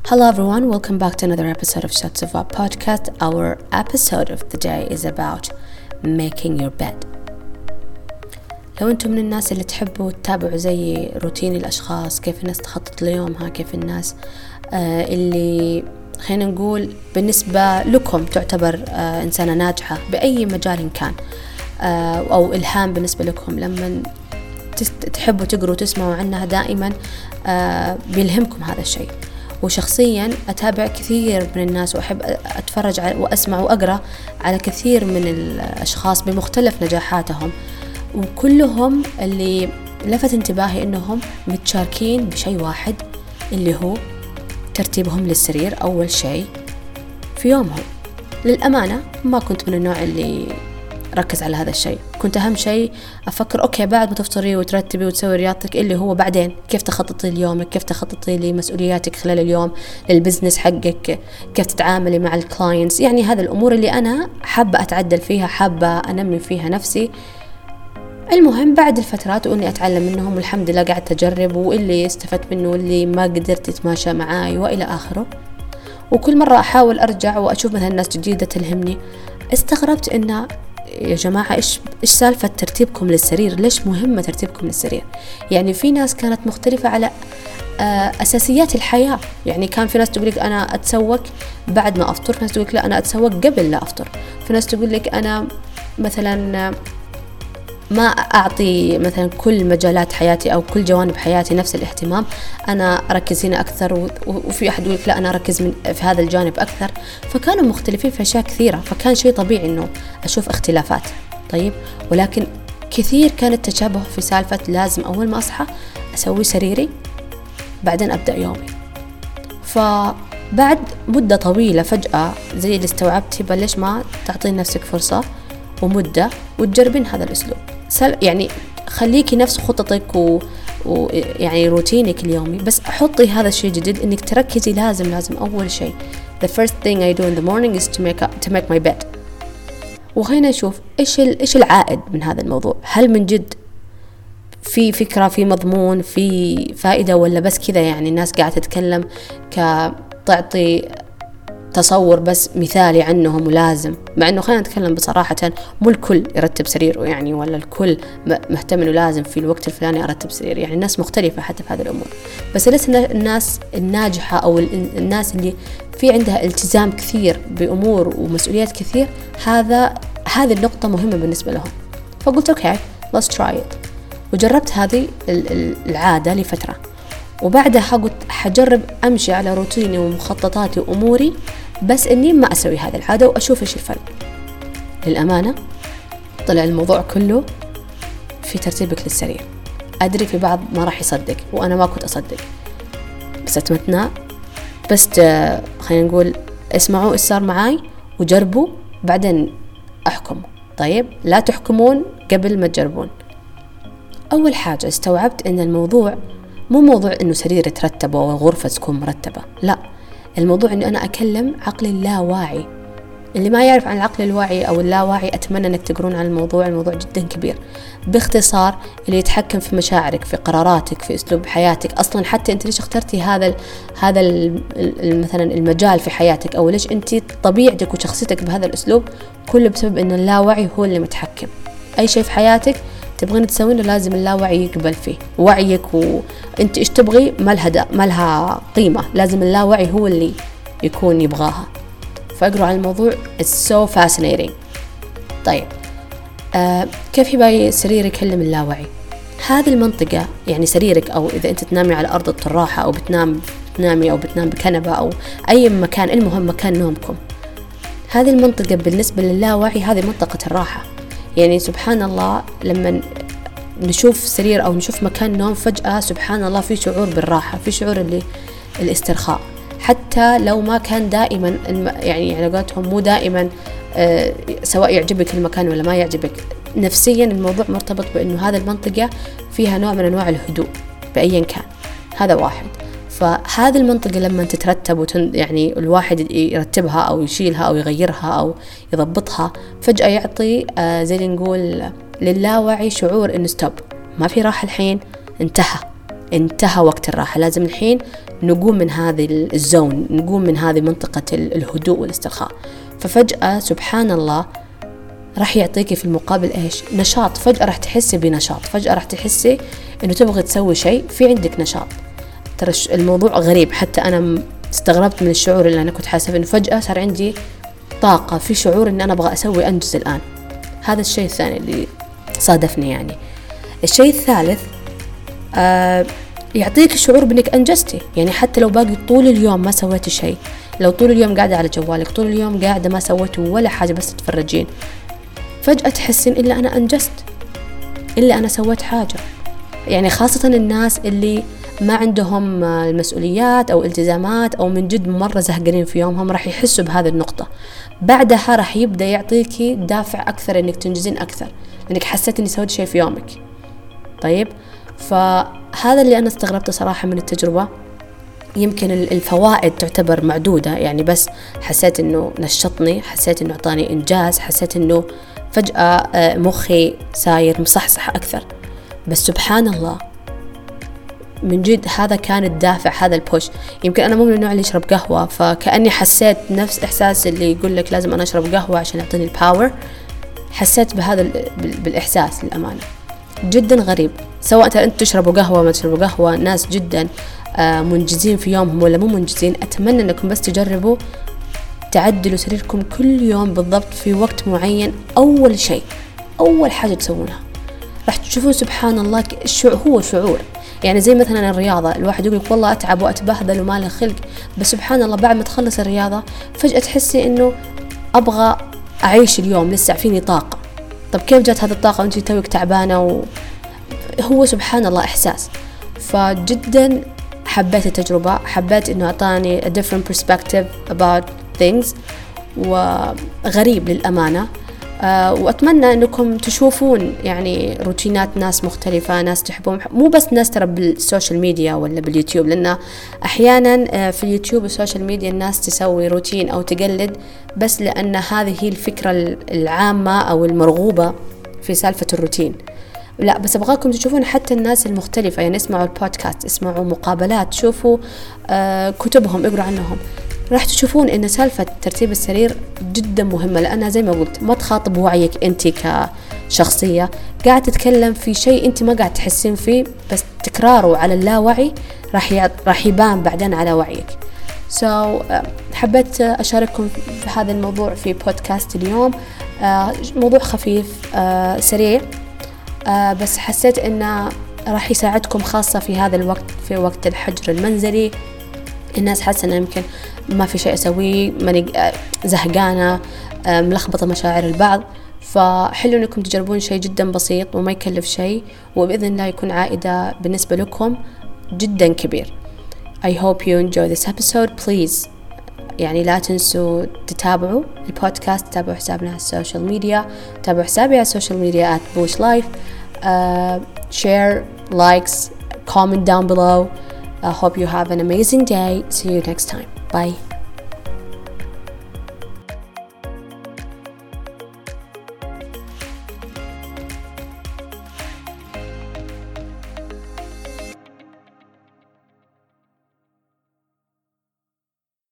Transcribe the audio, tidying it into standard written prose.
Hello everyone, welcome back to another episode of Shots of Up podcast. Our episode of the day is about making your bed. لو انتم من الناس اللي تحبوا تتابعوا زي روتين الاشخاص، كيف الناس تخطط ليومها، كيف الناس اللي خلينا نقول بالنسبة لكم تعتبر إنسانة ناجحة بأي مجال كان، أو إلهام بالنسبة لكم لما تحبوا تقروا وتسمعوا عنها دائما، بيلهمكم هذا الشيء. وشخصيا أتابع كثير من الناس وأحب أتفرج وأسمع وأقرأ على كثير من الأشخاص بمختلف نجاحاتهم، وكلهم اللي لفت انتباهي إنهم متشاركين بشيء واحد اللي هو ترتيبهم للسرير أول شيء في يومهم. للأمانة ما كنت من النوع اللي ركز على هذا الشيء، كنت أهم شيء أفكر أوكي بعد ما تفطري وترتبي وتسوي رياضتك اللي هو بعدين كيف تخططي ليومك، كيف تخططي لمسؤولياتك خلال اليوم، للبزنس حقك، كيف تتعاملي مع الكلاينتس. يعني هذا الأمور اللي أنا حابة أتعدل فيها، حابة أنمي فيها نفسي. المهم بعد الفترات وإني أتعلم منهم، والحمد لله قاعدة أجرب، واللي استفدت منه واللي ما قدرت يتماشى معاي وإلى آخره. وكل مرة أحاول أرجع وأشوف مثلا ناس جديدة تلهمني. استغربت إن يا جماعة إيش سالفة ترتيبكم للسرير؟ ليش مهمة ترتيبكم للسرير؟ يعني في ناس كانت مختلفة على أساسيات الحياة. يعني كان في ناس تقولك أنا أتسوق بعد ما أفطر، في ناس تقولك لا أنا أتسوق قبل لا أفطر، في ناس تقولك أنا مثلا ما أعطي مثلا كل مجالات حياتي أو كل جوانب حياتي نفس الاهتمام، أنا أركز هنا أكثر، وفي أحد يقولك لا أنا أركز في هذا الجانب أكثر. فكانوا مختلفين في أشياء كثيرة، فكان شيء طبيعي إنه أشوف اختلافات. طيب، ولكن كثير كان التشابه في سالفة لازم أول ما أصحى أسوي سريري بعدين أبدأ يومي. فبعد مدة طويلة فجأة زي اللي استوعبت، بلش ما تعطين نفسك فرصة ومدة وتجربين هذا الأسلوب. يعني خليكي نفس خطتك ويعني روتينك اليومي، بس حطي هذا الشيء جديد إنك تركزي. لازم أول شيء the first thing I do in the morning is to make my bed. وخلينا نشوف إيش العائد من هذا الموضوع. هل من جد في فكرة، في مضمون، في فائدة، ولا بس كذا يعني الناس قاعدة تتكلم تعطي تصور بس مثالي عنهم ولازم؟ مع انه خلينا نتكلم بصراحة، مو الكل يرتب سريره يعني، ولا الكل مهتم انه لازم في الوقت الفلاني ارتب سرير. يعني الناس مختلفة حتى في هذه الامور. بس لسه الناس الناجحة او الناس اللي في عندها التزام كثير بامور ومسؤوليات كثير، هذه النقطة مهمة بالنسبة لهم. فقلت اوكي let's try it، وجربت هذه العادة لفترة، وبعدها قلت حجرب أمشي على روتيني ومخططاتي وأموري، بس إني ما أسوي هذه العادة وأشوف إيش الفرق. للأمانة طلع الموضوع كله في ترتيبك للسرير. أدري في بعض ما راح يصدق، وأنا ما كنت أصدق، بس أتمنى بس خلينا نقول اسمعوا إيش صار معاي وجربوا بعدين أحكموا. طيب، لا تحكمون قبل ما تجربون. أول حاجة استوعبت إن الموضوع مو موضوع إنه سرير يترتب والغرفة تكون مرتبة، لا، الموضوع إنه أنا أكلم عقلي اللاواعي. اللي ما يعرف عن العقل الواعي أو اللاواعي أتمنى أنك تقرون عن الموضوع جدا كبير. باختصار اللي يتحكم في مشاعرك، في قراراتك، في أسلوب حياتك. أصلا حتى أنت ليش اخترتي هذا مثلا المجال في حياتك، أو ليش أنت طبيعتك وشخصيتك بهذا الأسلوب، كله بسبب إن اللاواعي هو اللي متحكم. أي شيء في حياتك تبغين تسوينه لازم اللاوعي يقبل فيه. وعيك وانت ايش تبغي ما لها قيمة، لازم اللاوعي هو اللي يكون يبغاها. فاقروا عن الموضوع it's so fascinating. طيب، كيف يبقى سرير يكلم اللاوعي؟ هذه المنطقة يعني سريرك، أو إذا أنت تنامي على أرض الراحة أو بتنامي أو بتنام بكنبة أو أي مكان، المهم مكان نومكم، هذه المنطقة بالنسبة للاوعي هذه منطقة الراحة. يعني سبحان الله لما نشوف سرير أو نشوف مكان نوم، فجأة سبحان الله في شعور بالراحة، في شعور الاسترخاء. حتى لو ما كان دائما يعني علاقاتهم مو دائما سواء يعجبك المكان ولا ما يعجبك، نفسيا الموضوع مرتبط بأنه هذا المنطقة فيها نوع من أنواع الهدوء بأيا كان. هذا واحد. فهذه المنطقة لما تترتب يعني الواحد يرتبها أو يشيلها أو يغيرها أو يضبطها، فجأة يعطي زي اللي نقول للاوعي شعور إنه ستوب، ما في راحة الحين، انتهى، انتهى وقت الراحة، لازم الحين نقوم من هذه الزون، نقوم من هذه منطقة الهدوء والاسترخاء. ففجأة سبحان الله راح يعطيكي في المقابل إيش؟ نشاط. فجأة راح تحسي بنشاط، فجأة راح تحسي إنه تبغي تسوي شيء، في عندك نشاط. ترى الموضوع غريب، حتى أنا استغربت من الشعور اللي أنا كنت حاسة إنه فجأة صار عندي طاقة، في شعور إن أنا أبغى أسوي أنجز الآن. هذا الشيء الثاني اللي صادفني يعني. الشيء الثالث يعطيك الشعور بأنك أنجزتي، يعني حتى لو باقي طول اليوم ما سويتي شيء، لو طول اليوم قاعدة على جوالك، طول اليوم قاعدة ما سويتي ولا حاجة بس تتفرجين، فجأة تحسين إلا أنا أنجزت، إلا أنا سويت حاجة. يعني خاصة الناس اللي ما عندهم المسؤوليات أو التزامات أو من جد مرة زهقانين في يومهم راح يحسوا بهذه النقطة. بعدها راح يبدأ يعطيكي دافع أكثر إنك تنجزين أكثر، لأنك حسيت إني سويت شيء في يومك. طيب، فهذا اللي أنا استغربته صراحة من التجربة. يمكن الفوائد تعتبر معدودة، يعني بس حسيت إنه نشطني، حسيت إنه أعطاني إنجاز، حسيت إنه فجأة مخي ساير مصحصح أكثر. بس سبحان الله من جد هذا كان الدافع، هذا البوش. يمكن أنا مو من النوع اللي يشرب قهوة، فكأني حسيت نفس إحساس اللي يقول لك لازم أنا أشرب قهوة عشان يعطيني الباور. حسيت بهذا بالإحساس للأمانة. جدا غريب، سواء أنت تشربوا قهوة ما تشربوا قهوة، ناس جدا منجزين في يومهم ولا مو منجزين. أتمنى أنكم بس تجربوا تعدلوا سريركم كل يوم بالضبط في وقت معين. أول حاجة تسوونها راح تشوفون سبحان الله هو شعور. يعني زي مثلا الرياضة، الواحد يقولك والله أتعب وأتبهدل وما له خلق، بس سبحان الله بعد ما تخلص الرياضة فجأة تحسي إنه أبغى أعيش اليوم، لسه فيني طاقة. طب كيف جات هذه الطاقة وأنت توك تعبانة؟ هو سبحان الله إحساس. فجدا حبيت التجربة، حبيت إنه أعطاني a different perspective about things، وغريب للأمانة. وأتمنى أنكم تشوفون يعني روتينات ناس مختلفة، ناس تحبهم، مو بس ناس ترى بالسوشيال ميديا ولا باليوتيوب، لأن أحيانا في اليوتيوب والسوشيال ميديا الناس تسوي روتين أو تقلد بس لأن هذه هي الفكرة العامة أو المرغوبة في سالفة الروتين. لا، بس أبغاكم تشوفون حتى الناس المختلفة، يعني اسمعوا البودكاست، اسمعوا مقابلات، شوفوا كتبهم، اقروا عنهم. راح تشوفون إن سالفة ترتيب السرير جدا مهمة، لأنها زي ما قلت ما تخاطب وعيك أنت كشخصية، قاعد تتكلم في شيء أنت ما قاعد تحسين فيه، بس تكراره على اللاوعي راح يبان بعدين على وعيك. حبيت أشارككم في هذا الموضوع في بودكاست اليوم. موضوع خفيف سريع، بس حسيت إنه راح يساعدكم خاصة في هذا الوقت، في وقت الحجر المنزلي. الناس حاسة إنه يمكن ما في شيء أسويه، ماني زهقانة، ملخبطة مشاعر البعض. فحلو إنكم تجربون شيء جدا بسيط وما يكلف شيء، وبإذن الله يكون عائدة بالنسبة لكم جدا كبير. I hope you enjoy this episode. Please يعني لا تنسوا تتابعوا البودكاست، تتابعوا حسابنا على السوشيال ميديا، تتابعوا حسابي على السوشيال ميديا @bushlife. Share, likes, comment down below. I hope you have an amazing day. See you next time. Bye.